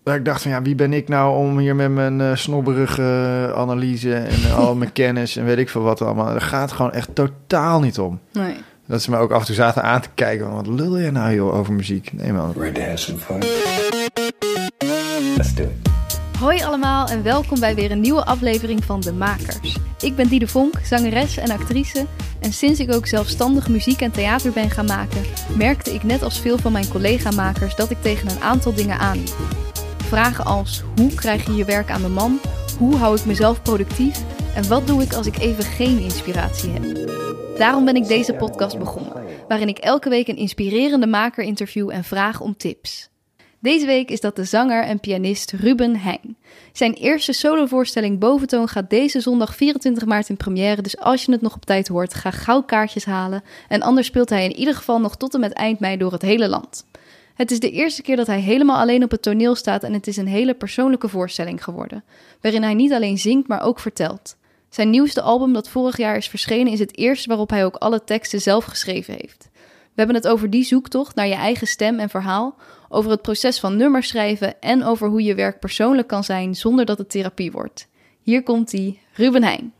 dat ik dacht van ja, wie ben ik nou om hier met mijn snobberige analyse en al mijn kennis en weet ik veel wat allemaal. Er gaat gewoon echt totaal niet om. Nee. Dat ze me ook af en toe zaten aan te kijken van, wat lul je nou joh over muziek? Nee man. Ready to have some fun? Let's do it. Hoi allemaal en welkom bij weer een nieuwe aflevering van De Makers. Ik ben Diede Vonk, zangeres en actrice. En sinds ik ook zelfstandig muziek en theater ben gaan maken, merkte ik net als veel van mijn collega-makers dat ik tegen een aantal dingen aanliep. Vragen als, hoe krijg je je werk aan de man? Hoe hou ik mezelf productief? En wat doe ik als ik even geen inspiratie heb? Daarom ben ik deze podcast begonnen, waarin ik elke week een inspirerende maker interview en vraag om tips. Deze week is dat de zanger en pianist Ruben Heijn. Zijn eerste solovoorstelling Boventoon gaat deze zondag 24 maart in première, dus als je het nog op tijd hoort, ga gauw kaartjes halen. En anders speelt hij in ieder geval nog tot en met eind mei door het hele land. Het is de eerste keer dat hij helemaal alleen op het toneel staat en het is een hele persoonlijke voorstelling geworden, waarin hij niet alleen zingt, maar ook vertelt. Zijn nieuwste album dat vorig jaar is verschenen is het eerste waarop hij ook alle teksten zelf geschreven heeft. We hebben het over die zoektocht naar je eigen stem en verhaal, over het proces van nummers schrijven en over hoe je werk persoonlijk kan zijn zonder dat het therapie wordt. Hier komt-ie, Ruben Heijn.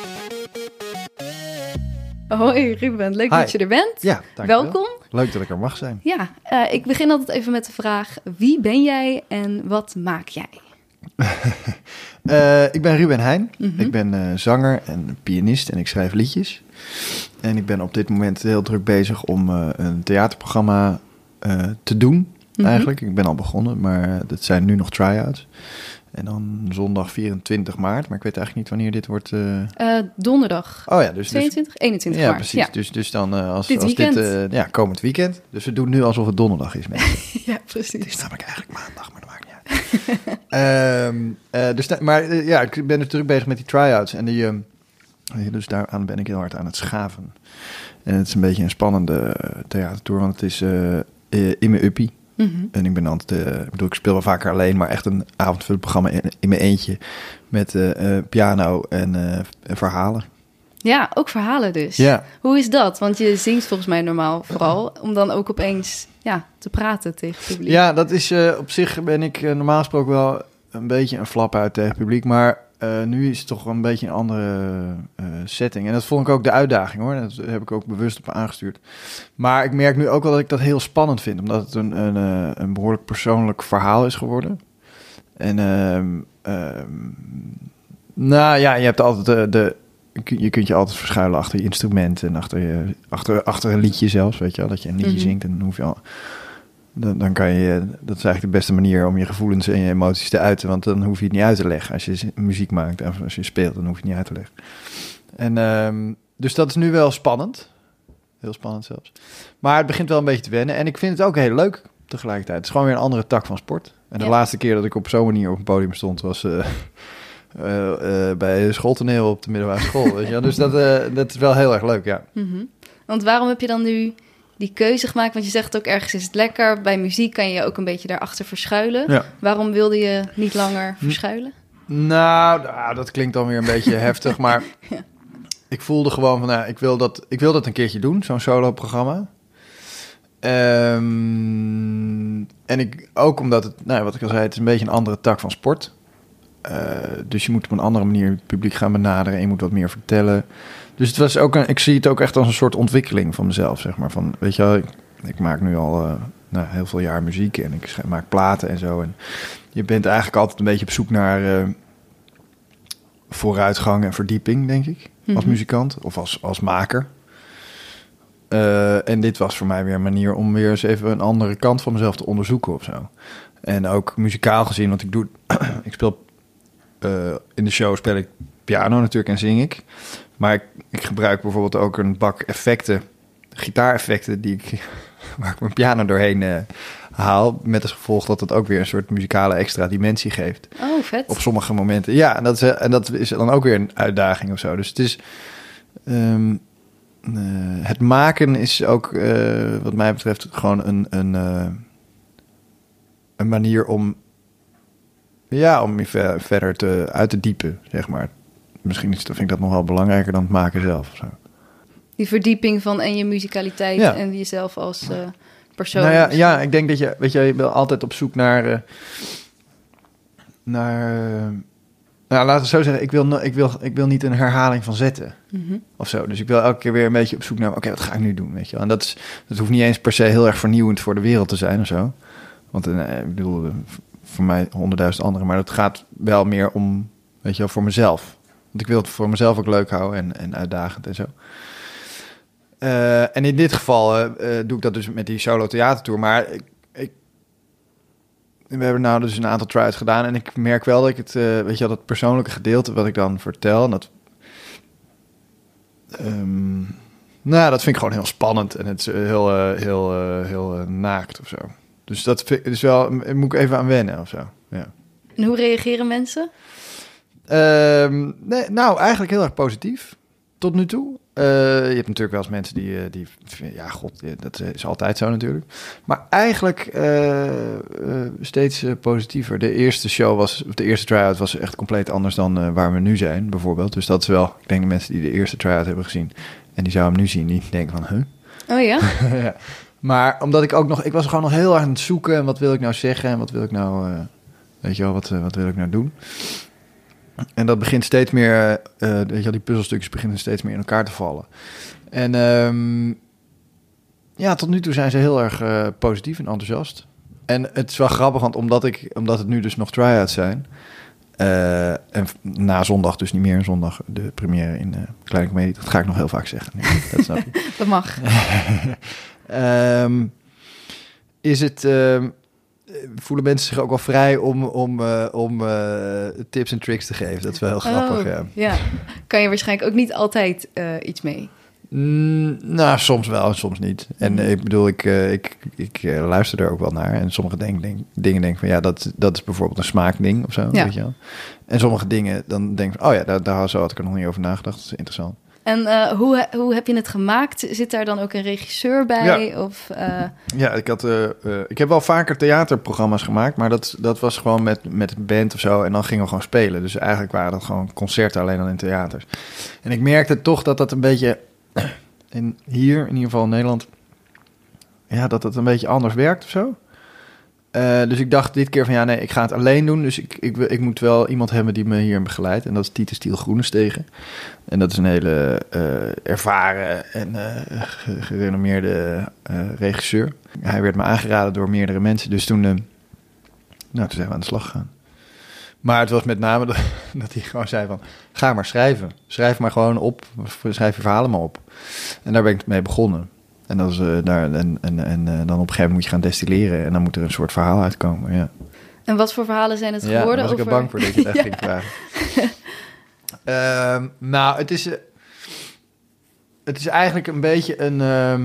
Hoi Ruben, leuk dat je er bent. Ja, dankjewel. Welkom. Leuk dat ik er mag zijn. Ja, ik begin altijd even met de vraag, wie ben jij en wat maak jij? Ik ben Ruben Heijn. Mhm. Ik ben zanger en pianist en ik schrijf liedjes. En ik ben op dit moment heel druk bezig om een theaterprogramma te doen, eigenlijk. Ik ben al begonnen, maar dat zijn nu nog try-outs. En dan zondag 24 maart, maar ik weet eigenlijk niet wanneer dit wordt. Donderdag. Oh ja, dus 22, 21 ja, maart. precies. Ja. Dus dan als Dit als dit weekend. komend weekend. Dus we doen nu alsof het donderdag is, mensen. Ja, precies. Het is namelijk eigenlijk maandag, maar dat maakt niet uit. Ja, ik ben dus druk bezig met die try-outs. En dus daaraan ben ik heel hard aan het schaven. En het is een beetje een spannende theatertour, want het is in mijn uppie. Mhm. En ik ben altijd, ik speel wel vaker alleen, maar echt een avondvullend programma in mijn eentje. Met piano en verhalen. Ja, ook verhalen dus. Ja. Hoe is dat? Want je zingt volgens mij normaal vooral, om dan ook opeens te praten tegen het publiek. Ja, dat is op zich ben ik normaal gesproken wel een beetje een flap uit tegen het publiek. Maar nu is het toch een beetje een andere setting. En dat vond ik ook de uitdaging hoor. Dat heb ik ook bewust op aangestuurd. Maar ik merk nu ook wel dat ik dat heel spannend vind. Omdat het een behoorlijk persoonlijk verhaal is geworden. En nou ja, je hebt altijd je kunt je altijd verschuilen achter je instrument en achter een liedje zelfs, weet je wel. Dat je een liedje zingt en dan hoef je al... Dan kan je, dat is eigenlijk de beste manier om je gevoelens en je emoties te uiten, want dan hoef je het niet uit te leggen. Als je muziek maakt of als je speelt, dan hoef je het niet uit te leggen. En dus dat is nu wel spannend. Heel spannend zelfs. Maar het begint wel een beetje te wennen en ik vind het ook heel leuk tegelijkertijd. Het is gewoon weer een andere tak van sport. En de laatste keer dat ik op zo'n manier op een podium stond was... bij schooltoneel op de middelbare school. Weet je? Dus dat is wel heel erg leuk, ja. Mm-hmm. Want waarom heb je dan nu die keuze gemaakt? Want je zegt ook ergens is het lekker. Bij muziek kan je je ook een beetje daarachter verschuilen. Ja. Waarom wilde je niet langer verschuilen? Nou, dat klinkt dan weer een beetje heftig, maar ja. Ik voelde gewoon van, ik wil dat een keertje doen, zo'n solo-programma. En ook omdat het, wat ik al zei, het is een beetje een andere tak van sport. Dus je moet op een andere manier het publiek gaan benaderen en je moet wat meer vertellen. Dus het was ook ik zie het ook echt als een soort ontwikkeling van mezelf, zeg maar. Van, weet je wel, ik maak nu al heel veel jaar muziek en ik maak platen en zo. En je bent eigenlijk altijd een beetje op zoek naar vooruitgang en verdieping, denk ik, als muzikant of als maker. En dit was voor mij weer een manier om weer eens even een andere kant van mezelf te onderzoeken of zo. En ook muzikaal gezien, want ik speel... in de show speel ik piano natuurlijk en zing ik. Maar ik gebruik bijvoorbeeld ook een bak effecten, gitaareffecten, waar ik mijn piano doorheen haal. Met als gevolg dat het ook weer een soort muzikale extra dimensie geeft. Oh, vet. Op sommige momenten. Ja, en dat is dan ook weer een uitdaging of zo. Dus het is... het maken is ook, wat mij betreft, gewoon een manier om je verder uit te diepen, zeg maar. Misschien vind ik dat nog wel belangrijker dan het maken zelf. Zo. Die verdieping van en je muzikaliteit en jezelf als persoon. Nou ja, ik denk dat je bent altijd op zoek naar Nou, laten we zo zeggen, ik wil niet een herhaling van zetten of zo. Dus ik wil elke keer weer een beetje op zoek naar, oké, wat ga ik nu doen, weet je wel. En dat hoeft niet eens per se heel erg vernieuwend voor de wereld te zijn of zo. Want ik bedoel, voor mij 100.000 anderen, maar het gaat wel meer om, weet je wel, voor mezelf. Want ik wil het voor mezelf ook leuk houden en uitdagend en zo. En in dit geval doe ik dat dus met die solo theatertour, maar we hebben nou dus een aantal try-outs gedaan en ik merk wel dat ik het, weet je wel, dat persoonlijke gedeelte wat ik dan vertel, dat vind ik gewoon heel spannend en het is heel naakt of zo. Dus dat is wel, moet ik even aan wennen of zo. Ja. En hoe reageren mensen? Nee, nou, eigenlijk heel erg positief tot nu toe. Je hebt natuurlijk wel eens mensen die ja, god, dat is altijd zo natuurlijk. Maar eigenlijk steeds positiever. De eerste show de eerste try-out was echt compleet anders dan waar we nu zijn, bijvoorbeeld. Dus dat is wel, ik denk de mensen die de eerste try-out hebben gezien en die zouden hem nu zien, die denken van, Oh ja? Ja. Maar omdat ik was gewoon nog heel erg aan het zoeken en wat wil ik nou zeggen en wat wil ik nou, weet je wel, wat wil ik nou doen? En dat begint steeds meer, weet je wel, die puzzelstukjes beginnen steeds meer in elkaar te vallen. En ja, tot nu toe zijn ze heel erg positief en enthousiast. En het is wel grappig, want omdat het nu dus nog try-outs zijn, en na zondag dus niet meer, zondag de première in Kleine Comedie, dat ga ik nog heel vaak zeggen. Nee, dat snap je. Dat mag. Is het... voelen mensen zich ook wel vrij om tips en tricks te geven. Dat is wel heel grappig, ja. Kan je waarschijnlijk ook niet altijd iets mee? Nou, soms wel en soms niet. En ik bedoel, ik luister er ook wel naar. En sommige dingen denk van, ja, dat is bijvoorbeeld een smaakding of zo. Ja. Weet je wel. En sommige dingen, dan denk ik van, oh ja, daar had ik er nog niet over nagedacht. Dat is interessant. En hoe heb je het gemaakt? Zit daar dan ook een regisseur bij? Ja, of, ja ik heb wel vaker theaterprogramma's gemaakt, maar dat was gewoon met een band of zo en dan gingen we gewoon spelen. Dus eigenlijk waren dat gewoon concerten, alleen dan in theaters. En ik merkte toch dat een beetje, hier in ieder geval in Nederland, ja, dat het een beetje anders werkt of zo. Dus ik dacht dit keer van, ja, nee, ik ga het alleen doen. Dus ik moet wel iemand hebben die me hierin begeleidt. En dat is Titus Stiel Groenestegen. En dat is een hele ervaren en gerenommeerde regisseur. Hij werd me aangeraden door meerdere mensen. Dus toen zijn we aan de slag gegaan. Maar het was met name dat hij gewoon zei van, ga maar schrijven. Schrijf maar gewoon op. Schrijf je verhalen maar op. En daar ben ik mee begonnen. En, dat is, dan op een gegeven moment moet je gaan destilleren. En dan moet er een soort verhaal uitkomen, ja. En wat voor verhalen zijn het geworden? Ja, daar was ik er bang voor dat je het echt ging vragen. Nou, het is eigenlijk een beetje een...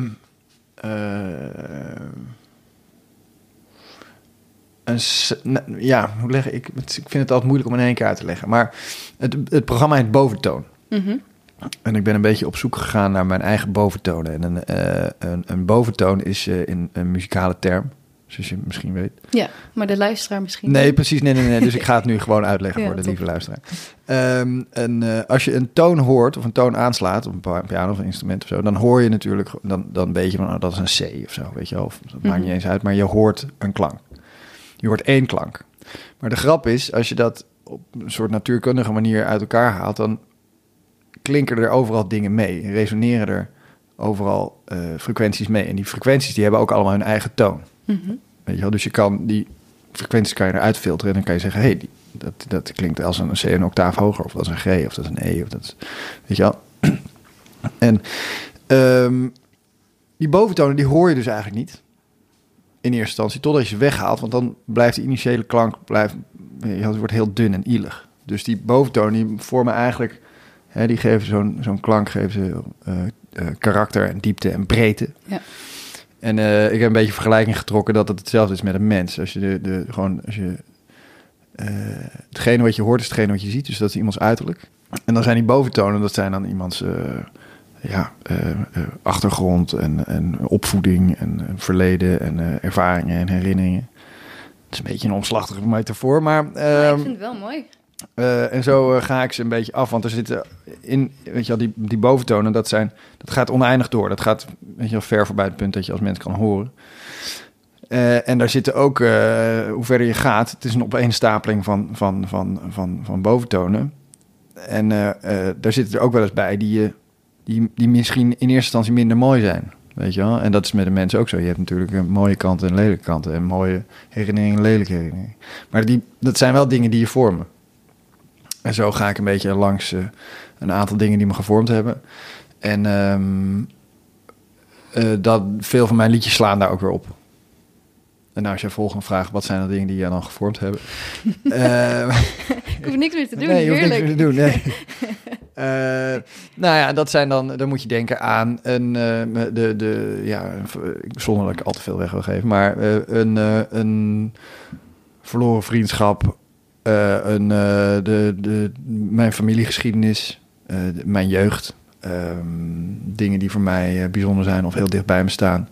hoe leg ik... Ik vind het altijd moeilijk om in één keer uit te leggen. Maar het programma heet Boventoon. Mm-hmm. En ik ben een beetje op zoek gegaan naar mijn eigen boventonen. En een boventoon is in een muzikale term, zoals je misschien weet. Ja, maar de luisteraar misschien Nee, precies. Nee. Dus ik ga het nu gewoon uitleggen voor de lieve luisteraar. Als je een toon hoort of een toon aanslaat, op een piano of een instrument of zo, dan hoor je natuurlijk, dan weet je van, dat is een C of zo, weet je wel. Of, dat maakt niet eens uit, maar je hoort een klank. Je hoort één klank. Maar de grap is, als je dat op een soort natuurkundige manier uit elkaar haalt, dan klinken er overal dingen mee. Resoneren er overal frequenties mee. En die frequenties die hebben ook allemaal hun eigen toon. Mm-hmm. Weet je wel? Dus die frequenties kan je eruit filteren. En dan kan je zeggen, hey, dat klinkt als een C een octaaf hoger. Of dat is een G, of dat is een E. Of dat is, weet je wel? En die boventonen, die hoor je dus eigenlijk niet. In eerste instantie, totdat je ze weghaalt. Want dan blijft de initiële klank, het wordt heel dun en ielig. Dus die boventonen, die vormen eigenlijk... die geven zo'n klank, geven ze karakter en diepte en breedte. Ja. En ik heb een beetje vergelijking getrokken dat het hetzelfde is met een mens. Als je hetgene wat je hoort is hetgene wat je ziet, dus dat is iemands uiterlijk. En dan zijn die boventonen, dat zijn dan iemands achtergrond en opvoeding en verleden en ervaringen en herinneringen. Het is een beetje een omslachtige metafoor, maar... ik vind het wel mooi. En zo ga ik ze een beetje af, want er zitten in, weet je wel, die boventonen, dat gaat oneindig door. Dat gaat, weet je wel, ver voorbij het punt dat je als mens kan horen. En daar zitten ook, hoe verder je gaat... het is een opeenstapeling van boventonen. En daar zitten er ook wel eens bij die misschien in eerste instantie minder mooi zijn. Weet je wel? En dat is met de mensen ook zo. Je hebt natuurlijk mooie kanten en lelijke kanten. En mooie herinneringen en lelijke herinneringen. Maar dat zijn wel dingen die je vormen. En zo ga ik een beetje langs een aantal dingen die me gevormd hebben. En dat veel van mijn liedjes slaan daar ook weer op. En nou, als jij volgende vraagt, wat zijn de dingen die jij dan gevormd hebben? Ik hoef niks meer te doen, nee, je hoeft heerlijk. niks meer te doen, nee. Nou ja, dat zijn dan moet je denken aan zonder dat ik al te veel weg wil geven, maar een verloren vriendschap, mijn familiegeschiedenis, mijn jeugd, dingen die voor mij bijzonder zijn of heel dicht bij me staan.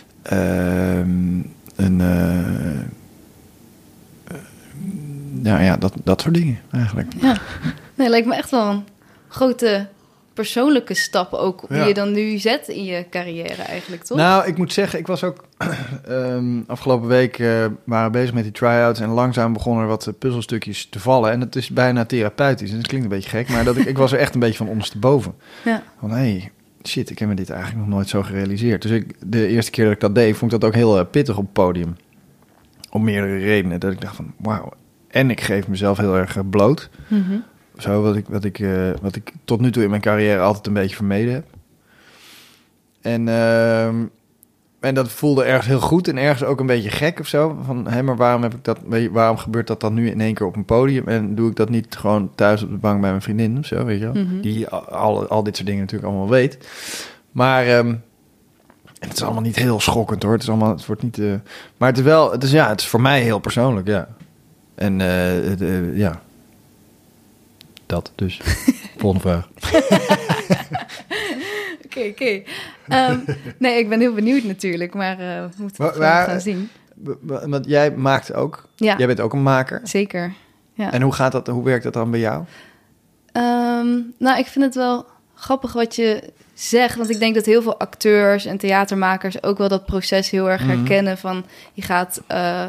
Dat soort dingen eigenlijk. Ja, nee, lijkt me echt wel een grote persoonlijke stap ook... die je dan nu zet in je carrière eigenlijk, toch? Nou, ik moet zeggen, ik was ook... afgelopen week waren we bezig met die try-outs... en langzaam begonnen er wat puzzelstukjes te vallen. En het is bijna therapeutisch. En dat klinkt een beetje gek, maar ik was er echt een beetje van ondersteboven. Ja. Van, hey, shit, ik heb me dit eigenlijk nog nooit zo gerealiseerd. Dus de eerste keer dat ik dat deed, vond ik dat ook heel pittig op het podium. Om meerdere redenen. Dat ik dacht van, wauw. En ik geef mezelf heel erg bloot. Mm-hmm. Zo, wat ik tot nu toe in mijn carrière altijd een beetje vermeden heb. En dat voelde ergens heel goed en ergens ook een beetje gek of zo. Van, hé, maar waarom gebeurt dat dan nu in één keer op een podium? En doe ik dat niet gewoon thuis op de bank bij mijn vriendin of zo, weet je wel? Mm-hmm. Die al dit soort dingen natuurlijk allemaal weet. Maar het is allemaal niet heel schokkend, hoor. Het wordt niet... maar het is voor mij heel persoonlijk, ja. En ja... Dat dus. Volgende vraag. Oké. Nee, ik ben heel benieuwd natuurlijk, maar we moeten het gewoon gaan zien. Want jij maakt ook. Ja. Jij bent ook een maker. Zeker. Ja. En hoe werkt dat dan bij jou? Nou, ik vind het wel grappig wat je zegt, want ik denk dat heel veel acteurs en theatermakers ook wel dat proces heel erg herkennen van je gaat,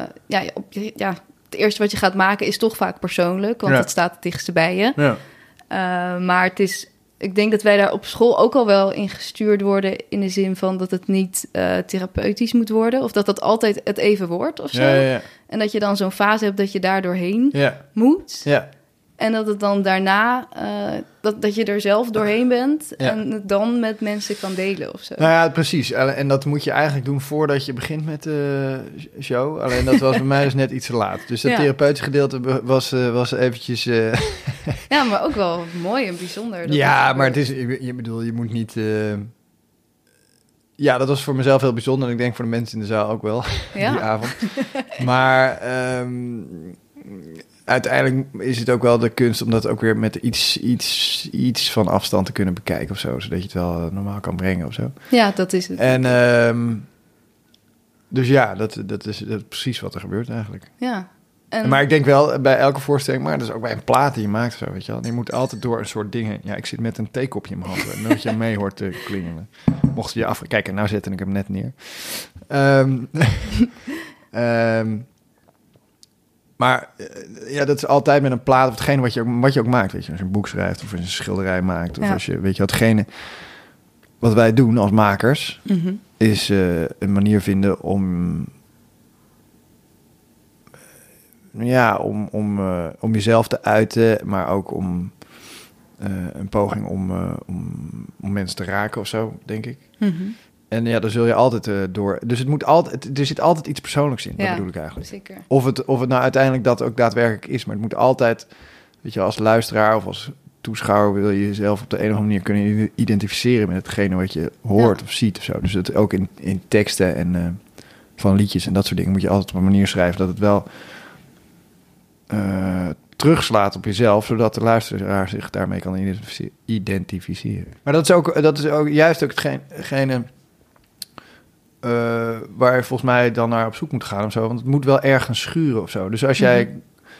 het eerste wat je gaat maken is toch vaak persoonlijk, want het staat het dichtste bij je. Ja. Maar het is, ik denk dat wij daar op school ook al wel in gestuurd worden in de zin van dat het niet therapeutisch moet worden of dat altijd het even wordt of zo. Ja. En dat je dan zo'n fase hebt dat je daar doorheen moet. Ja. En dat het dan daarna, dat je er zelf doorheen bent en het dan met mensen kan delen of zo. Nou ja, precies. En dat moet je eigenlijk doen voordat je begint met de show. Alleen dat was bij mij dus net iets te laat. Dus dat therapeutische gedeelte was eventjes... Ja, maar ook wel mooi en bijzonder. Ja, maar het is, je moet niet... Ja, dat was voor mezelf heel bijzonder. En ik denk voor de mensen in de zaal ook wel, die avond. Maar... uiteindelijk is het ook wel de kunst om dat ook weer met iets van afstand te kunnen bekijken of zo. Zodat je het wel normaal kan brengen of zo. Ja, dat is het. En dus ja, dat is precies wat er gebeurt eigenlijk. Ja. Maar ik denk wel bij elke voorstelling, maar dat is ook bij een plaat die je maakt of zo, weet je wel. Je moet altijd door een soort dingen... Ja, ik zit met een theekopje in mijn hand en dat je mee hoort te klingelen. Mocht je Kijk, nou zetten ik hem net neer. Maar ja, dat is altijd met een plaat of hetgene wat je ook maakt. Weet je, als je een boek schrijft of als je een schilderij maakt. Of als je, weet je, hetgene wat wij doen als makers... is een manier vinden om jezelf te uiten. Maar ook om een poging om mensen te raken of zo, denk ik. Mm-hmm. En ja, daar zul je altijd door... Dus er zit altijd iets persoonlijks in, dat bedoel ik eigenlijk. Zeker. Of het nou uiteindelijk dat ook daadwerkelijk is. Maar het moet altijd, weet je, als luisteraar of als toeschouwer... wil je jezelf op de een of andere manier kunnen identificeren... met hetgene wat je hoort of ziet of zo. Dus het ook in teksten en van liedjes en dat soort dingen... moet je altijd op een manier schrijven dat het wel terugslaat op jezelf... zodat de luisteraar zich daarmee kan identificeren. Maar dat is ook juist ook hetgene... waar je volgens mij dan naar op zoek moet gaan of zo. Want het moet wel ergens schuren of zo. Dus als jij...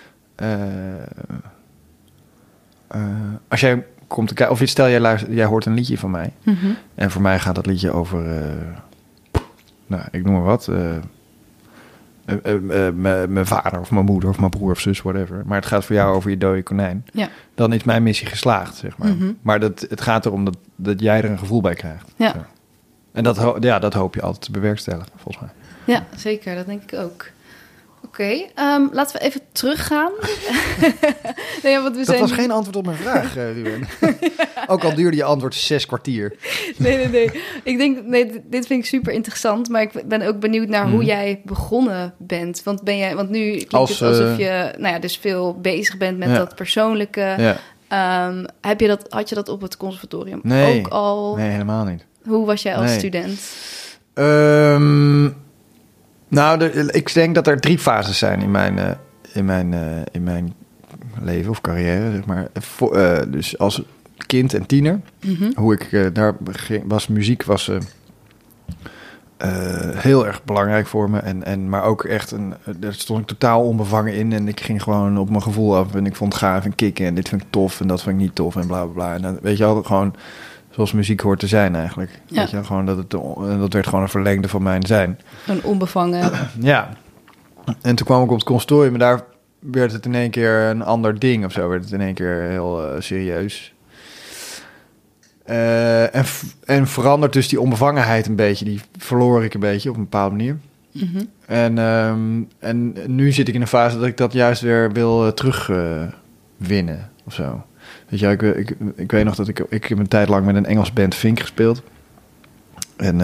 als jij komt te kijken... Of stel jij hoort een liedje van mij. En voor mij gaat dat liedje over... ik noem maar wat. mijn vader of mijn moeder of mijn broer of zus, whatever. Maar het gaat voor jou over je dode konijn. Ja. Dan is mijn missie geslaagd, zeg maar. Mhm. Maar het gaat erom dat jij er een gevoel bij krijgt. Ja. Zo. En dat hoop je altijd te bewerkstelligen, volgens mij. Ja, zeker. Dat denk ik ook. Oké, laten we even teruggaan. Nee, want Dat was geen antwoord op mijn vraag, Ruben. Ook al duurde je antwoord 6 kwartier. Nee. Ik denk, dit vind ik super interessant. Maar ik ben ook benieuwd naar hoe jij begonnen bent. Want nu klinkt het alsof je dus veel bezig bent met dat persoonlijke. Ja. Had je dat op het conservatorium ook al? Nee, helemaal niet. Hoe was jij als student? Ik denk dat er 3 fases zijn in mijn leven of carrière, zeg maar. Dus als kind en tiener, hoe ik daar ging, muziek was heel erg belangrijk voor me. Maar ook echt, daar stond ik totaal onbevangen in. En ik ging gewoon op mijn gevoel af. En ik vond het gaaf en kicken. En dit vind ik tof en dat vind ik niet tof en bla bla bla. En dan, weet je wel, gewoon zoals muziek hoort te zijn eigenlijk. Ja. Weet je, gewoon dat werd gewoon een verlengde van mijn zijn. Een onbevangen. Ja. En toen kwam ik op het conservatorium en daar werd het in één keer een ander ding of zo. Werd het in één keer heel serieus. En verandert dus die onbevangenheid een beetje. Die verloor ik een beetje op een bepaalde manier. Mm-hmm. En nu zit ik in een fase dat ik dat juist weer wil terugwinnen of zo. Weet je, ik weet nog dat ik heb een tijd lang met een Engels band Fink gespeeld. En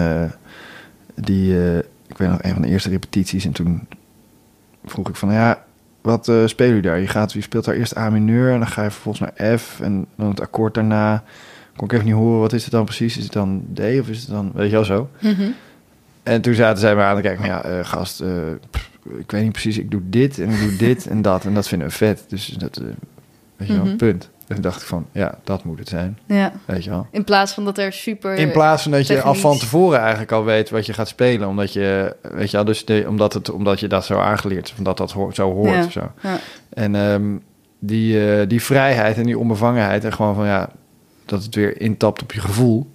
ik weet nog een van de eerste repetities. En toen vroeg ik van, wat spelen jullie daar? Je speelt daar eerst A mineur en dan ga je vervolgens naar F. En dan het akkoord daarna. Kon ik even niet horen, wat is het dan precies? Is het dan D of is het dan, weet je wel zo? Mm-hmm. En toen zaten zij me aan te kijken, gast, ik weet niet precies, ik doe dit en ik doe dit en dat. En dat vinden we vet. Dus dat, weet je wel, punt. En toen dacht ik van, dat moet het zijn. Ja. Weet je wel. In plaats van dat er super... In plaats van dat je al van tevoren eigenlijk al weet wat je gaat spelen. Omdat je, weet je wel, dus omdat je dat zo aangeleerd. Omdat dat zo hoort of zo. Ja. En die vrijheid en die onbevangenheid en gewoon van, dat het weer intapt op je gevoel.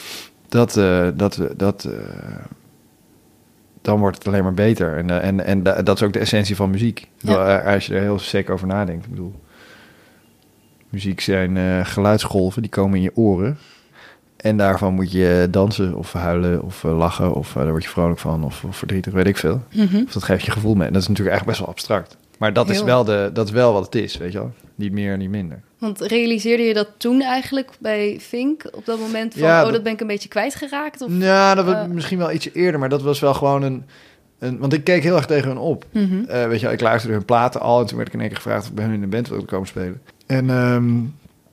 Dan wordt het alleen maar beter. En dat is ook de essentie van muziek. Als je er heel sec over nadenkt. Ik bedoel, muziek zijn geluidsgolven, die komen in je oren. En daarvan moet je dansen of huilen of lachen. Of daar word je vrolijk van of verdrietig, weet ik veel. Mm-hmm. Of dat geeft je gevoel mee. En dat is natuurlijk eigenlijk best wel abstract. Maar dat is wel wat het is, weet je wel. Niet meer, niet minder. Want realiseerde je dat toen eigenlijk bij Fink op dat moment van, dat ben ik een beetje kwijtgeraakt? Of, dat was misschien wel ietsje eerder, maar dat was wel gewoon want ik keek heel erg tegen hun op. Mm-hmm. Weet je, ik luisterde hun platen al en toen werd ik in één keer gevraagd of ik bij hun in de band wilde komen spelen. En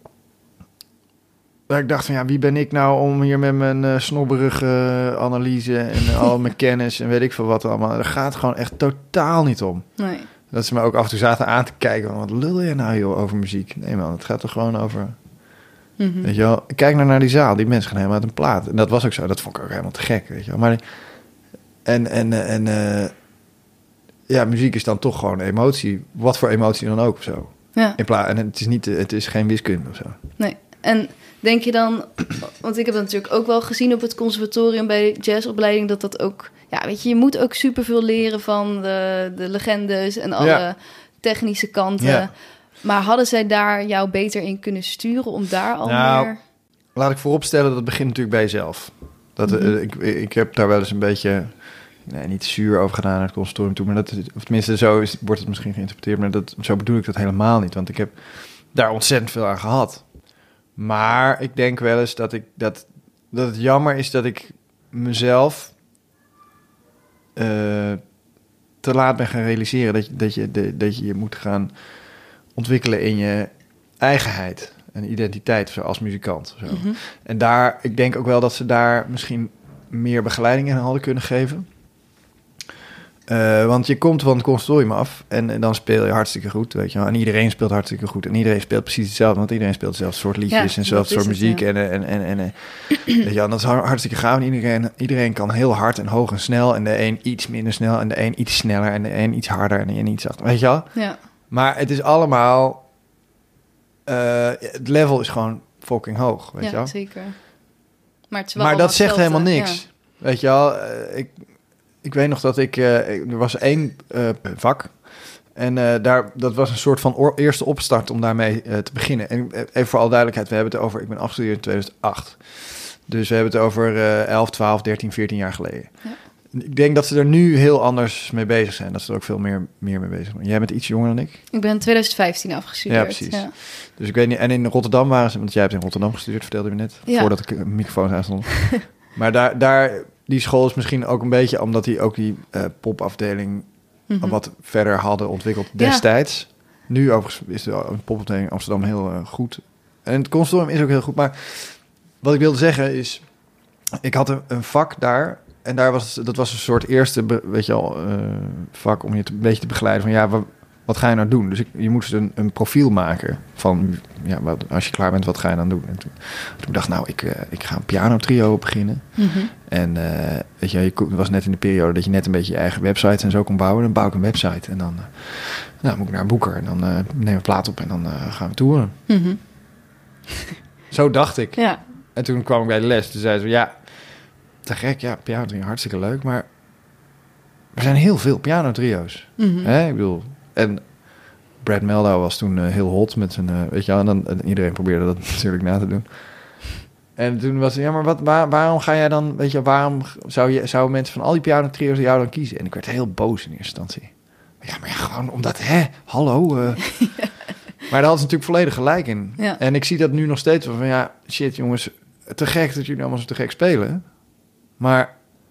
ik dacht van, wie ben ik nou om hier met mijn snobberige analyse en al mijn kennis en weet ik veel wat allemaal. Daar gaat het gewoon echt totaal niet om. Nee. Dat ze me ook af en toe zaten aan te kijken. Wat lul je nou joh over muziek? Nee man, het gaat er gewoon over... Mm-hmm. Weet je wel, kijk naar die zaal. Die mensen gaan helemaal uit een plaat. En dat was ook zo. Dat vond ik ook helemaal te gek, weet je wel. Maar muziek is dan toch gewoon emotie. Wat voor emotie dan ook of zo. Ja. En het is geen wiskunde of zo. Nee, en denk je dan... Want ik heb dat natuurlijk ook wel gezien op het conservatorium bij de jazzopleiding... dat ook... Ja, weet je moet ook superveel leren van de legendes en alle technische kanten. Ja. Maar hadden zij daar jou beter in kunnen sturen om daar al meer... Laat ik vooropstellen, dat begint natuurlijk bij jezelf. Ik heb daar wel eens een beetje... niet zuur over gedaan naar het conservatorium toe. Maar of tenminste, wordt het misschien geïnterpreteerd. Maar zo bedoel ik dat helemaal niet. Want ik heb daar ontzettend veel aan gehad. Maar ik denk wel eens dat het jammer is dat ik mezelf... te laat ben gaan realiseren dat je moet gaan ontwikkelen in je eigenheid en identiteit als muzikant. Zo. Mm-hmm. En ik denk ook wel dat ze daar misschien meer begeleiding in hadden kunnen geven. Want je komt van het conservatorium af en dan speel je hartstikke goed, weet je wel. En iedereen speelt hartstikke goed. En iedereen speelt precies hetzelfde, want iedereen speelt hetzelfde soort liedjes en hetzelfde soort muziek. Ja. En weet je wel, dat is hartstikke gaaf. En iedereen kan heel hard en hoog en snel. En de een iets minder snel en de een iets sneller en de een iets harder en de een iets zachter. Weet je wel? Ja. Maar het is allemaal... het level is gewoon fucking hoog, weet je wel? Ja, zeker. Maar dat zegt helemaal niks. Ja. Weet je wel, ik weet nog dat er was 1 vak. En dat was een soort van eerste opstart om daarmee te beginnen. En even voor alle duidelijkheid, we hebben het over... Ik ben afgestudeerd in 2008. Dus we hebben het over 11, 12, 13, 14 jaar geleden. Ja. Ik denk dat ze er nu heel anders mee bezig zijn. Dat ze er ook veel meer mee bezig zijn. Jij bent iets jonger dan ik? Ik ben in 2015 afgestudeerd. Ja, precies. Ja. Dus ik weet niet... En in Rotterdam waren ze... Want jij hebt in Rotterdam gestudeerd, vertelde je me net. Ja. Voordat ik microfoon aanstond. Maar daar... Die school is misschien ook een beetje... Omdat die ook die popafdeling... wat verder hadden ontwikkeld destijds. Ja. Nu overigens is de popafdeling Amsterdam heel goed. En het conservatorium is ook heel goed. Maar wat ik wilde zeggen is... Ik had een vak daar... En dat was een soort eerste, weet je al, vak om je een beetje te begeleiden van ja, wat ga je nou doen? Dus je moest een profiel maken van ja, als je klaar bent, wat ga je dan doen? En toen dacht nou, ik ga een pianotrio beginnen. Mm-hmm. En weet je, was net in de periode dat je net een beetje je eigen website en zo kon bouwen. Dan bouw ik een website en dan moet ik naar een boeker en dan neem ik een plaat op en dan gaan we toeren. Mm-hmm. Zo dacht ik. Ja. En toen kwam ik bij de les. Toen zei ze ja, te gek, ja, pianotrio, hartstikke leuk, maar er zijn heel veel pianotrio's. Mm-hmm. Hè? Ik bedoel, en Brad Mehldau was toen heel hot met zijn, weet je wel, en iedereen probeerde dat natuurlijk na te doen. En toen was het, ja, maar waarom ga jij dan, weet je, waarom zou mensen van al die pianotrio's jou dan kiezen? En ik werd heel boos in eerste instantie. Ja, maar ja, gewoon omdat, hallo. Maar daar hadden ze natuurlijk volledig gelijk in. Ja. En ik zie dat nu nog steeds van, ja, shit jongens, te gek dat jullie allemaal zo te gek spelen. Maar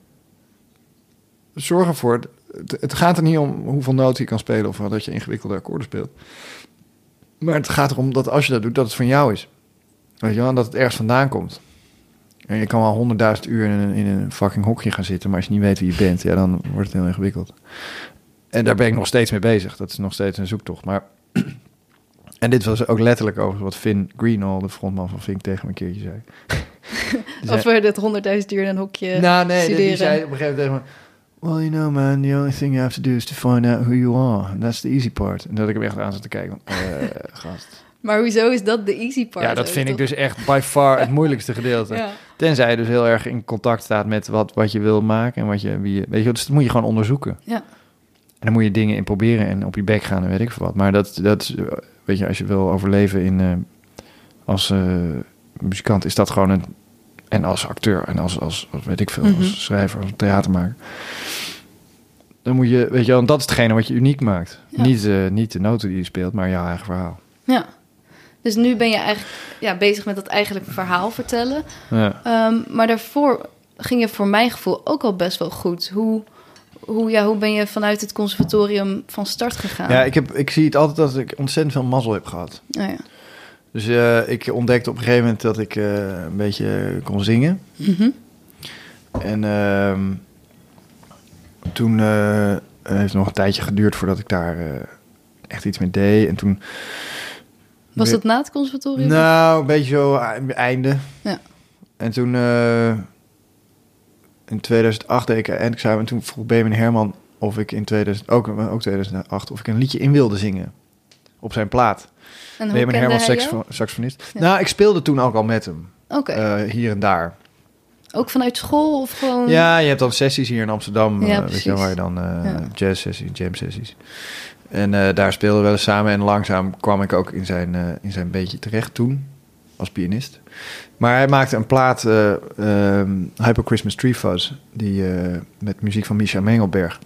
zorg ervoor, het gaat er niet om hoeveel noten je kan spelen of dat je ingewikkelde akkoorden speelt. Maar het gaat erom dat als je dat doet, dat het van jou is. Weet je wel, en dat het ergens vandaan komt. En je kan wel 100.000 uur in een fucking hokje gaan zitten, maar als je niet weet wie je bent, ja, dan wordt het heel ingewikkeld. En daar ben ik nog steeds mee bezig. Dat is nog steeds een zoektocht. Maar en dit was ook letterlijk over wat Finn Greenall, de frontman van Fink, tegen me een keertje zei. Over dat 100.000 uur in een hokje studeren. Die zei op een gegeven moment tegen me, well, you know man, the only thing you have to do is to find out who you are. And that's the easy part. En dat ik hem echt aan zat te kijken. Gast. Maar hoezo is dat de easy part? Ja, dat vind ik dus echt by far het moeilijkste gedeelte. Ja. Tenzij je dus heel erg in contact staat met wat je wil maken en weet je, dus dat moet je gewoon onderzoeken. Ja. En dan moet je dingen in proberen en op je bek gaan en weet ik veel wat. Maar dat weet je, als je wil overleven als muzikant, is dat gewoon en als acteur en als weet ik veel, als schrijver, als theatermaker. Dan moet je, weet je wel, en dat is hetgene wat je uniek maakt. Ja. Niet de noten die je speelt, maar jouw eigen verhaal. Ja. Dus nu ben je eigenlijk bezig met dat eigenlijke verhaal vertellen. Ja. Maar daarvoor ging je voor mijn gevoel ook al best wel goed. Hoe ben je vanuit het conservatorium van start gegaan? Ja, ik zie het altijd dat ik ontzettend veel mazzel heb gehad. Oh ja. Dus ik ontdekte op een gegeven moment dat ik een beetje kon zingen. Mm-hmm. En toen heeft het nog een tijdje geduurd voordat ik daar echt iets mee deed. En toen... Was dat na het conservatorium? Nou, een beetje zo einde. Ja. En toen... in 2008 deed ik eindexamen en toen vroeg Benjamin Herman of ik in 2008 of ik een liedje in wilde zingen op zijn plaat. En Benjamin Herman saxofonist. Ja. Nou, ik speelde toen ook al met hem. Okay. Hier en daar. Ook vanuit school of gewoon? Ja, je hebt dan sessies hier in Amsterdam, weet je, waar je dan jazz-sessies, jam-sessies. En daar speelden we wel eens samen en langzaam kwam ik ook in zijn beetje terecht toen. Als pianist. Maar hij maakte een plaat, Hyper Christmas Tree Fuzz, die met muziek van Misha Mengelberg.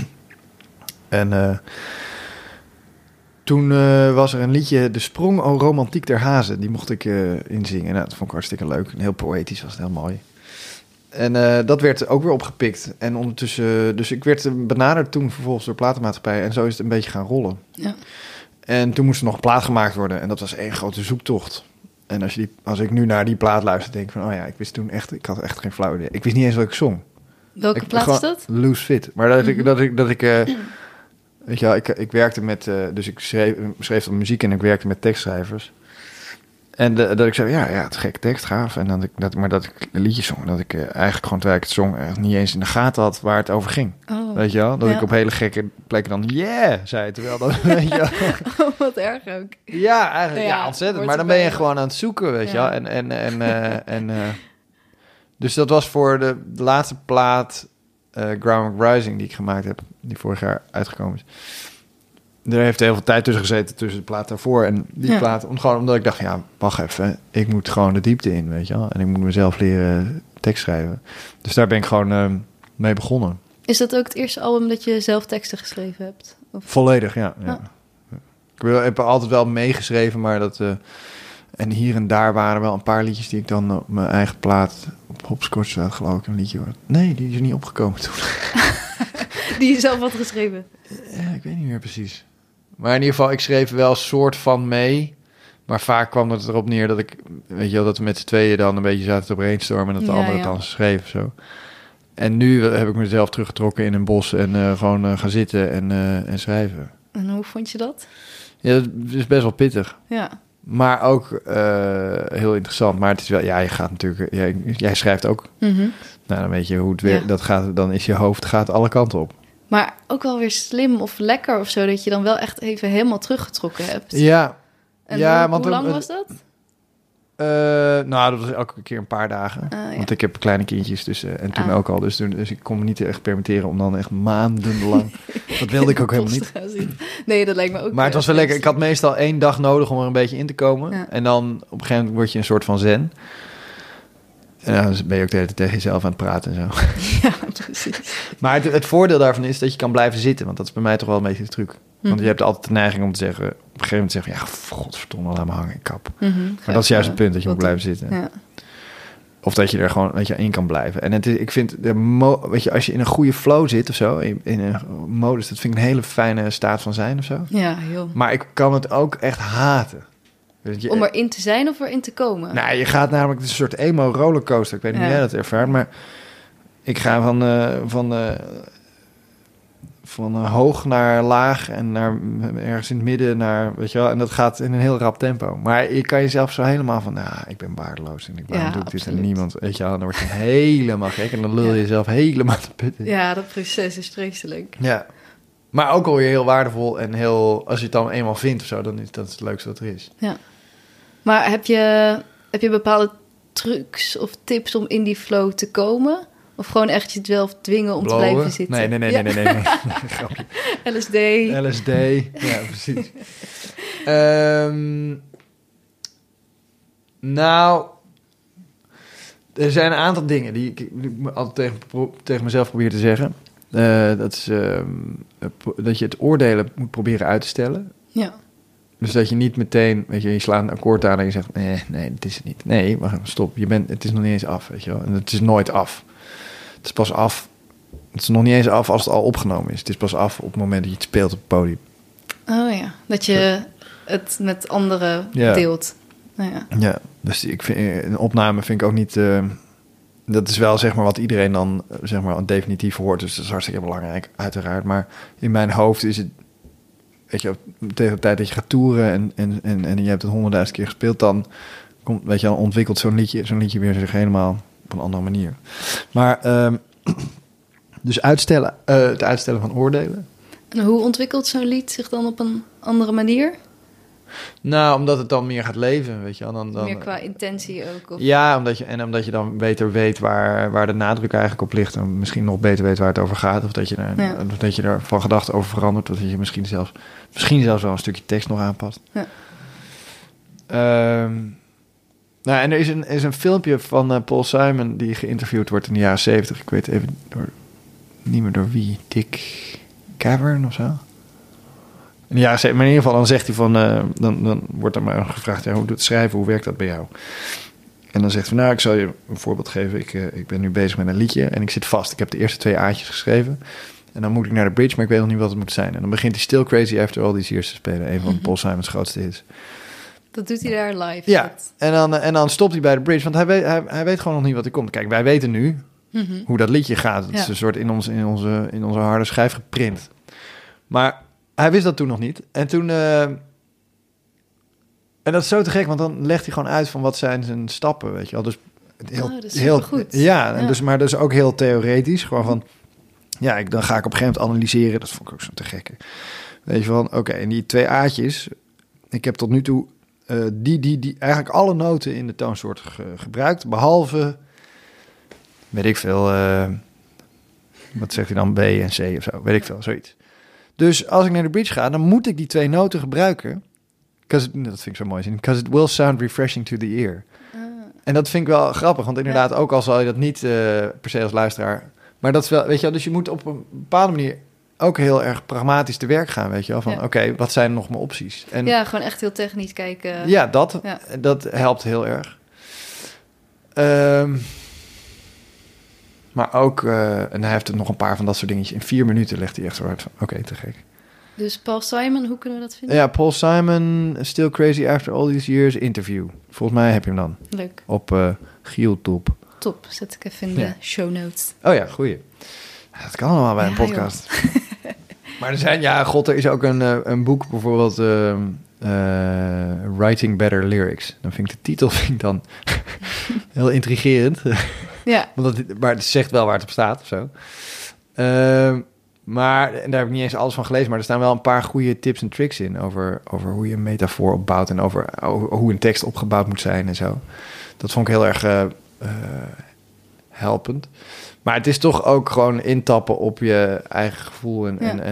En toen was er een liedje, De Sprong, o Romantiek der Hazen. Die mocht ik inzingen. Nou, dat vond ik hartstikke leuk. En heel poëtisch was het, heel mooi. En dat werd ook weer opgepikt. En ondertussen, dus ik werd benaderd toen vervolgens door platenmaatschappij. En zo is het een beetje gaan rollen. Ja. En toen moest er nog een plaat gemaakt worden. En dat was één grote zoektocht. En als ik nu naar die plaat luister, denk ik van... oh ja, ik had echt geen flauw idee. Ik wist niet eens wat ik zong. Welke plaat is dat? Loose Fit. Maar dat ik weet je wel, ik werkte met... dus ik schreef dan muziek en ik werkte met tekstschrijvers. En dat ik zei, ja, het is gekke tekst, gaaf. En dat ik een liedje zong. Dat ik eigenlijk gewoon, terwijl ik het zong... niet eens in de gaten had waar het over ging. Oh. Weet je wel? Dat ik op hele gekke plekken dan... zei. Terwijl dat... weet je wel. Oh, wat erg ook. Ja, eigenlijk, ja ontzettend. Maar dan ben je gewoon aan het zoeken, weet je wel. Dus dat was voor de laatste plaat... Groundwork Rising die ik gemaakt heb, die vorig jaar uitgekomen is. Er heeft heel veel tijd tussen gezeten, tussen de plaat daarvoor en die plaat. Gewoon omdat ik dacht, ja, wacht even, ik moet gewoon de diepte in, weet je wel. En ik moet mezelf leren tekst schrijven. Dus daar ben ik gewoon mee begonnen. Is dat ook het eerste album dat je zelf teksten geschreven hebt? Of? Volledig, ja. Ik heb altijd wel meegeschreven, maar dat... en hier en daar waren wel een paar liedjes die ik dan op mijn eigen plaat... op Hopscotch had, geloof ik, een liedje. Nee, die is er niet opgekomen toen. Die je zelf had geschreven? Ja, ik weet niet meer precies. Maar in ieder geval, ik schreef wel een soort van mee. Maar vaak kwam het erop neer dat ik... Weet je wel, dat we met z'n tweeën dan een beetje zaten te brainstormen... en dat de andere het dan schreef of zo. En nu heb ik mezelf teruggetrokken in een bos... en gewoon gaan zitten en schrijven. En hoe vond je dat? Ja, dat is best wel pittig. Ja. Maar ook heel interessant. Maar het is wel... Ja, je gaat natuurlijk... Jij schrijft ook. Mm-hmm. Nou, dan weet je hoe het werkt. Dat gaat, dan is je hoofd gaat alle kanten op. Maar ook wel weer slim of lekker of zo... dat je dan wel echt even helemaal teruggetrokken hebt. Ja. En hoe lang was dat? Nou, dat was elke keer een paar dagen. Want ik heb kleine kindjes dus, en toen ook al. Dus ik kon me niet echt permitteren om dan echt maandenlang... Dat wilde ik ook helemaal niet. Nee, dat lijkt me ook. Maar het was wel lekker. Ik had meestal 1 dag nodig om er een beetje in te komen. Ja. En dan op een gegeven moment word je een soort van zen. En dan ben je ook de hele tijd tegen jezelf aan het praten en zo. Ja, precies. Maar het voordeel daarvan is dat je kan blijven zitten. Want dat is bij mij toch wel een beetje de truc. Want je hebt altijd de neiging om te zeggen... op een gegeven moment zeggen... ja, godverdomme, laat me hangen, ik kap. Maar dat is juist het punt, dat je moet blijven zitten. Ja. Of dat je er gewoon, weet je, in kan blijven. En ik vind, weet je, als je in een goede flow zit of zo... in een modus, dat vind ik een hele fijne staat van zijn of zo. Ja, heel. Maar ik kan het ook echt haten. Om erin te zijn of erin te komen? Nou, je gaat namelijk... Het is een soort emo-rollercoaster. Ik weet niet hoe jij dat ervaart, maar... Ik ga van hoog naar laag en naar ergens in het midden naar, weet je wel, en dat gaat in een heel rap tempo. Maar je kan jezelf zo helemaal van, nou, ik ben waardeloos en waarom doe ik dit en niemand, weet je wel, en dan word je helemaal gek en dan lul je jezelf helemaal te putten. Ja, dat proces is vreselijk. Ja, maar ook alweer heel waardevol en heel, als je het dan eenmaal vindt of zo, dan is dat het leukste wat er is. Ja, maar heb je bepaalde trucs of tips om in die flow te komen? Of gewoon echt je het wel dwingen om te blijven zitten? Nee. LSD, ja, precies. Nou, er zijn een aantal dingen die ik altijd tegen mezelf probeer te zeggen. Dat is dat je het oordelen moet proberen uit te stellen. Ja. Dus dat je niet meteen, weet je slaat een akkoord aan en je zegt, nee, dit is het niet. Nee, wacht, stop, het is nog niet eens af, weet je wel. En het is nooit af. Het is pas af. Het is nog niet eens af als het al opgenomen is. Het is pas af op het moment dat je het speelt op het podium. Oh ja, dat je het met anderen deelt. Nou ja. Ja, dus ik vind een opname vind ik ook niet. Dat is wel zeg maar wat iedereen dan zeg maar definitief hoort. Dus dat is hartstikke belangrijk, uiteraard. Maar in mijn hoofd is het, weet je, tegen de tijd dat je gaat toeren en je hebt het 100.000 keer gespeeld, dan komt, weet je, dan ontwikkelt zo'n liedje weer zich helemaal op een andere manier. Maar dus het uitstellen van oordelen. En hoe ontwikkelt zo'n lied zich dan op een andere manier? Nou, omdat het dan meer gaat leven, weet je wel. Dan, meer qua intentie ook? Of? Ja, omdat je dan beter weet waar de nadruk eigenlijk op ligt. En misschien nog beter weet waar het over gaat. Of dat je er van gedachten over verandert. Of dat je misschien zelfs wel een stukje tekst nog aanpast. Ja. Nou, en er is een filmpje van Paul Simon die geïnterviewd wordt in de jaren 70. Ik weet even niet meer door wie. Dick Cavern of zo. In de jaren 70, maar in ieder geval dan zegt hij van... Dan wordt er maar gevraagd, hoe doet het schrijven? Hoe werkt dat bij jou? En dan zegt hij, nou, ik zal je een voorbeeld geven. Ik ben nu bezig met een liedje en ik zit vast. Ik heb de eerste 2 A'tjes geschreven. En dan moet ik naar de bridge, maar ik weet nog niet wat het moet zijn. En dan begint hij Still Crazy After All These Years te spelen. Een van Paul Simon's grootste hits. Dat doet hij daar live. Ja, en dan stopt hij bij de bridge, want hij weet gewoon nog niet wat er komt. Kijk, wij weten nu hoe dat liedje gaat. Het is een soort in onze harde schijf geprint. Maar hij wist dat toen nog niet. En toen... en dat is zo te gek, want dan legt hij gewoon uit van wat zijn zijn stappen, weet je wel. Dus dat is heel goed. Ja, en dus, maar dus ook heel theoretisch. Gewoon van, dan ga ik op een gegeven moment analyseren. Dat vond ik ook zo te gekke. Weet je van, oké, en die 2 A'tjes... Ik heb tot nu toe die eigenlijk alle noten in de toonsoort gebruikt, behalve, weet ik veel, Wat zegt hij dan? B en C of zo, weet ik veel, zoiets. Dus als ik naar de bridge ga, dan moet ik die 2 noten gebruiken. Dat vind ik zo mooi zin. Because it will sound refreshing to the ear. En dat vind ik wel grappig, want inderdaad, ook al zal je dat niet per se als luisteraar... Maar dat is wel, weet je wel, dus je moet op een bepaalde manier ook heel erg pragmatisch te werk gaan, weet je wel. Van oké, wat zijn nog mijn opties? En, gewoon echt heel technisch kijken. Ja, dat helpt heel erg. Maar ook, en hij heeft het nog een paar van dat soort dingetjes. In 4 minuten legt hij echt zo uit van, oké, te gek. Dus Paul Simon, hoe kunnen we dat vinden? Ja, Paul Simon, Still Crazy After All These Years, interview. Volgens mij heb je hem dan. Leuk. Op YouTube. Top, zet ik even in de show notes. Oh ja, goeie. Dat kan allemaal bij een podcast. Maar er zijn, er is ook een boek, bijvoorbeeld Writing Better Lyrics. Dan vind ik de titel dan heel intrigerend. Ja. Maar het zegt wel waar het op staat of zo. Maar en daar heb ik niet eens alles van gelezen, maar er staan wel een paar goede tips en tricks in over hoe je een metafoor opbouwt en over hoe een tekst opgebouwd moet zijn en zo. Dat vond ik heel erg helpend. Maar het is toch ook gewoon intappen op je eigen gevoel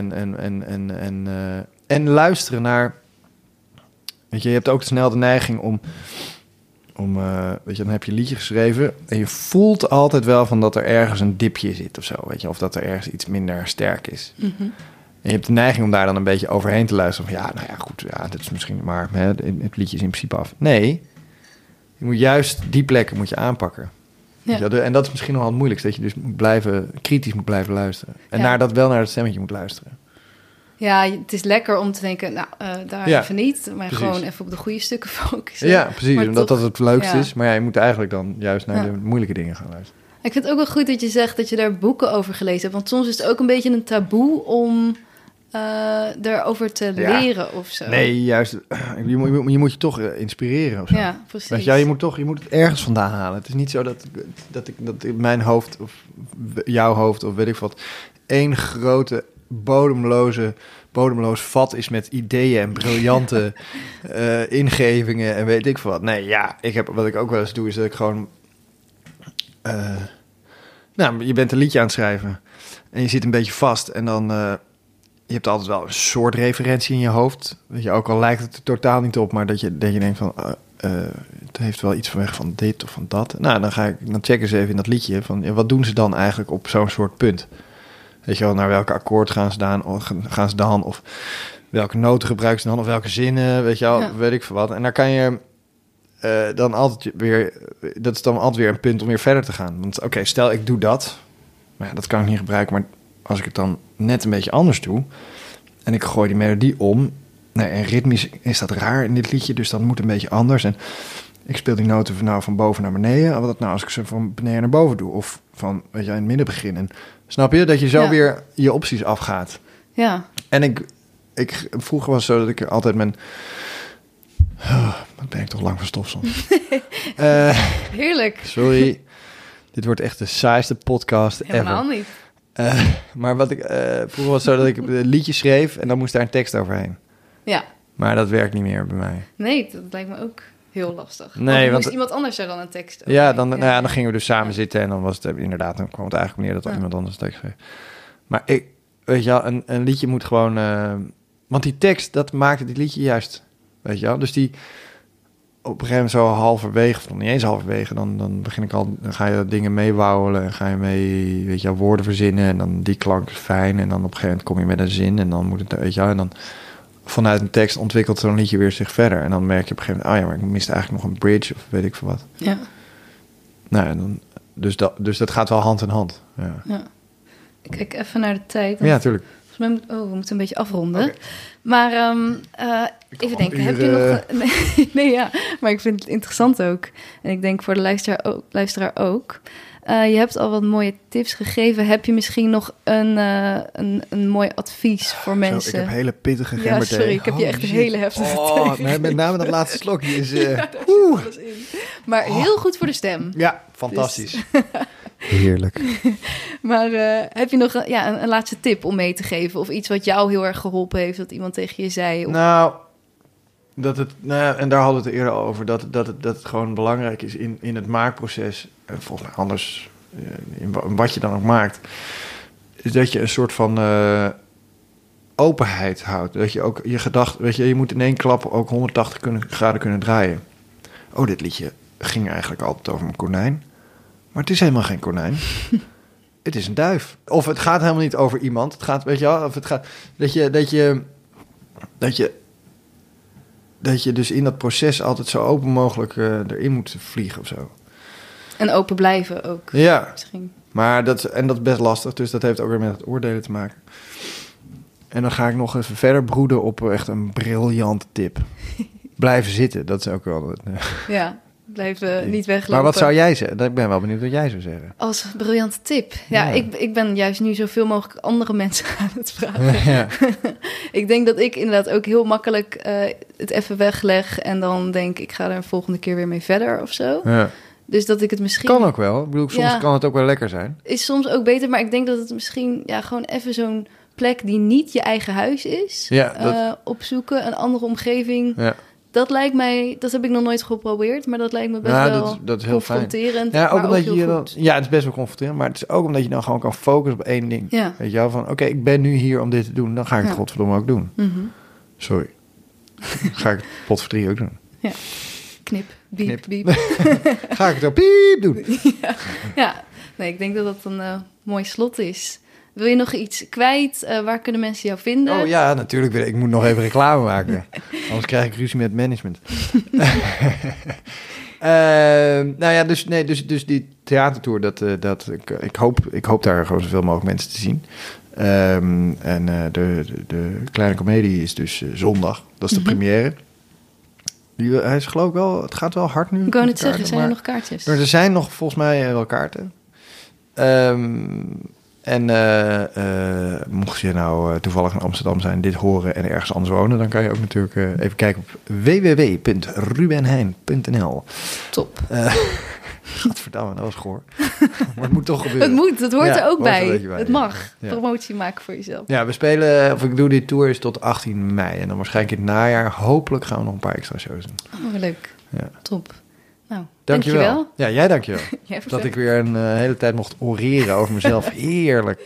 en luisteren naar. Weet je hebt ook snel de neiging om weet je, dan heb je een liedje geschreven en je voelt altijd wel van dat er ergens een dipje zit of zo, weet je, of dat er ergens iets minder sterk is. Mm-hmm. En je hebt de neiging om daar dan een beetje overheen te luisteren van goed, dit is misschien maar het liedje is in principe af. Nee, je moet juist die plekken moet je aanpakken. Ja. En dat is misschien nog wel het moeilijkste, dat je dus kritisch moet blijven luisteren. En naar dat stemmetje moet luisteren. Ja, het is lekker om te denken, daar even niet, maar precies. Gewoon even op de goede stukken focussen. Ja, precies, maar omdat dat het leukste is. Maar je moet eigenlijk dan juist naar de moeilijke dingen gaan luisteren. Ik vind het ook wel goed dat je zegt dat je daar boeken over gelezen hebt. Want soms is het ook een beetje een taboe om erover te leren of zo. Nee, juist. Je moet je toch inspireren of zo. Ja, precies. Weet je, je moet het ergens vandaan halen. Het is niet zo dat in mijn hoofd of jouw hoofd of weet ik wat, één grote bodemloos vat is met ideeën en briljante ingevingen en weet ik veel wat. Nee, wat ik ook wel eens doe, is dat ik gewoon... je bent een liedje aan het schrijven en je zit een beetje vast en dan... je hebt altijd wel een soort referentie in je hoofd. Weet je, ook al lijkt het er totaal niet op, maar dat je denkt van... het heeft wel iets van dit of van dat. Nou, dan checken ze even in dat liedje van... wat doen ze dan eigenlijk op zo'n soort punt? Weet je wel, naar welke akkoord gaan ze dan? Of welke noten gebruiken ze dan? Of welke zinnen? Weet je wel, weet ik veel wat. En daar kan je dan altijd weer... Dat is dan altijd weer een punt om weer verder te gaan. Want oké, stel ik doe dat. Maar dat kan ik niet gebruiken. Maar als ik het dan net een beetje anders doe... en ik gooi die melodie om... Nee, en ritmisch is dat raar in dit liedje. Dus dat moet een beetje anders. En ik speel die noten van boven naar beneden. Wat nou als ik ze van beneden naar boven doe? Of van, weet je, in het midden beginnen. Snap je? Dat je zo weer je opties afgaat. Ja. En ik vroeger was het zo dat ik altijd wat ben ik toch lang van stof soms. Heerlijk. Sorry. Dit wordt echt de saaiste podcast Helemaal ever. Niet. Maar wat ik vroeger was het zo dat ik een liedje schreef en dan moest daar een tekst overheen. Ja. Maar dat werkt niet meer bij mij. Nee, dat lijkt me ook heel lastig. Nee, want moest iemand anders er dan een tekst over? Ja, dan gingen we dus samen zitten en dan was het inderdaad, dan kwam het eigenlijk neer dat iemand anders een tekst schreef. Maar weet je wel, een liedje moet gewoon, want die tekst, dat maakte dit liedje juist, weet je wel. Dus die op een gegeven moment zo halverwege, of niet eens halverwege, dan ga je dingen meewauwelen en ga je mee, weet je wel, woorden verzinnen en dan die klank is fijn en dan op een gegeven moment kom je met een zin en dan moet het, weet je wel, en dan vanuit een tekst ontwikkelt zo'n liedje weer zich verder. En dan merk je op een gegeven moment... maar ik miste eigenlijk nog een bridge of weet ik veel wat. Ja. Nou, en dan, dus dat gaat wel hand in hand. Ja. Ik kijk even naar de tijd. Ja, natuurlijk. Volgens mij we moeten een beetje afronden. Okay. Maar even denken, heb je nog... Nee, ja, maar ik vind het interessant ook. En ik denk voor de luisteraar ook. Je hebt al wat mooie tips gegeven. Heb je misschien nog een mooi advies voor mensen? Ik heb hele pittige gemberthee. Ja, sorry, ik heb je echt een hele heftige thee. Met name dat laatste slokje is... alles in. Maar heel goed voor de stem. Ja, fantastisch. Dus. Heerlijk. Maar heb je nog een laatste tip om mee te geven? Of iets wat jou heel erg geholpen heeft, dat iemand tegen je zei? Of... Nou, en daar hadden we het eerder al over, dat het gewoon belangrijk is in het maakproces. En volgens mij anders, in wat je dan ook maakt, is dat je een soort van openheid houdt. Dat je ook je gedachten... Weet je moet in één klap ook 180 graden kunnen draaien. Oh, dit liedje ging eigenlijk altijd over een konijn. Maar het is helemaal geen konijn. Het is een duif. Of het gaat helemaal niet over iemand. Het gaat, weet je wel, of het gaat... Dat je dus in dat proces altijd zo open mogelijk erin moet vliegen of zo. En open blijven ook. Ja, misschien. Maar dat is best lastig. Dus dat heeft ook weer met het oordelen te maken. En dan ga ik nog even verder broeden op echt een briljante tip. Blijven zitten, dat is ook wel... Ja, blijven niet weglopen. Maar wat zou jij zeggen? Ik ben wel benieuwd wat jij zou zeggen. Als briljante tip. Ja. Ik ben juist nu zoveel mogelijk andere mensen aan het vragen. Ja. Ik denk dat ik inderdaad ook heel makkelijk het even wegleg... en dan denk ik ga er een volgende keer weer mee verder of zo. Ja. Dus dat ik het misschien... Kan ook wel. Ik bedoel, soms kan het ook wel lekker zijn. Is soms ook beter, maar ik denk dat het misschien... gewoon even zo'n plek die niet je eigen huis is... opzoeken, een andere omgeving... Ja. Dat lijkt mij, dat heb ik nog nooit geprobeerd, maar dat lijkt me best wel dat is heel confronterend. Fijn. Ja, ook omdat je dan, het is best wel confronterend, maar het is ook omdat je dan gewoon kan focussen op één ding. Ja. Weet je wel, van oké, ik ben nu hier om dit te doen, dan ga ik het godverdomme ook doen. Mm-hmm. Sorry. Ga ik het potverdrie ook doen. Ja. Knip, biep, biep. Ga ik het ook piep doen. Ja. Nee, ik denk dat dat een mooi slot is. Wil je nog iets kwijt? Waar kunnen mensen jou vinden? Oh ja, natuurlijk. Ik moet nog even reclame maken. Anders krijg ik ruzie met het management. Dus die theatertour, ik hoop daar gewoon zoveel mogelijk mensen te zien. De Kleine Comedie is dus zondag. Dat is de première. Hij is geloof ik wel, het gaat wel hard nu. Ik wou net zeggen, zijn er nog kaartjes? Maar er zijn nog volgens mij wel kaarten. En mocht je nou toevallig in Amsterdam zijn, dit horen en ergens anders wonen... dan kan je ook natuurlijk even kijken op www.rubenheijn.nl. Top. Godverdamme, dat was goor. Maar het moet toch gebeuren. Het hoort er ook bij. Het mag. Ja. Promotie maken voor jezelf. Ja, ik doe die tour is tot 18 mei. En dan waarschijnlijk in het najaar, hopelijk gaan we nog een paar extra shows doen. Oh, leuk. Ja. Top. Nou, dankjewel. Ja, jij dankjewel. Dat ik weer een hele tijd mocht oreren over mezelf. Heerlijk.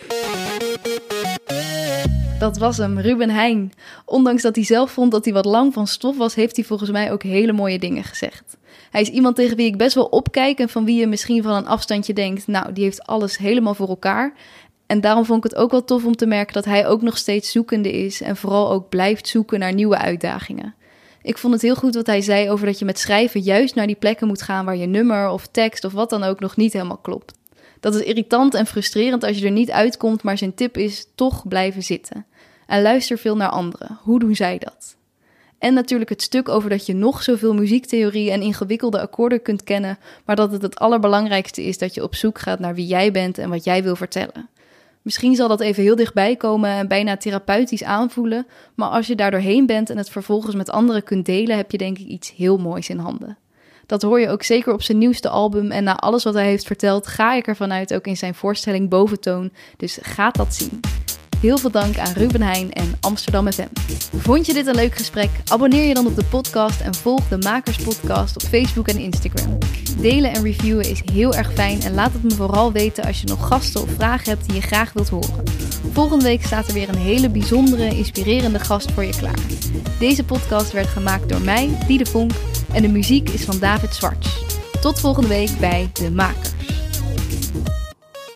Dat was hem, Ruben Heijn. Ondanks dat hij zelf vond dat hij wat lang van stof was, heeft hij volgens mij ook hele mooie dingen gezegd. Hij is iemand tegen wie ik best wel opkijk en van wie je misschien van een afstandje denkt, nou, die heeft alles helemaal voor elkaar. En daarom vond ik het ook wel tof om te merken dat hij ook nog steeds zoekende is en vooral ook blijft zoeken naar nieuwe uitdagingen. Ik vond het heel goed wat hij zei over dat je met schrijven juist naar die plekken moet gaan waar je nummer of tekst of wat dan ook nog niet helemaal klopt. Dat is irritant en frustrerend als je er niet uitkomt, maar zijn tip is toch blijven zitten. En luister veel naar anderen. Hoe doen zij dat? En natuurlijk het stuk over dat je nog zoveel muziektheorie en ingewikkelde akkoorden kunt kennen, maar dat het allerbelangrijkste is dat je op zoek gaat naar wie jij bent en wat jij wil vertellen. Misschien zal dat even heel dichtbij komen en bijna therapeutisch aanvoelen, maar als je daar doorheen bent en het vervolgens met anderen kunt delen, heb je denk ik iets heel moois in handen. Dat hoor je ook zeker op zijn nieuwste album en na alles wat hij heeft verteld ga ik ervan uit ook in zijn voorstelling Boventoon, dus ga dat zien. Heel veel dank aan Ruben Heijn en Amsterdam FM. Vond je dit een leuk gesprek? Abonneer je dan op de podcast en volg de Makers Podcast op Facebook en Instagram. Delen en reviewen is heel erg fijn en laat het me vooral weten als je nog gasten of vragen hebt die je graag wilt horen. Volgende week staat er weer een hele bijzondere, inspirerende gast voor je klaar. Deze podcast werd gemaakt door mij, Diede Vonk, en de muziek is van David Zwarts. Tot volgende week bij De Makers.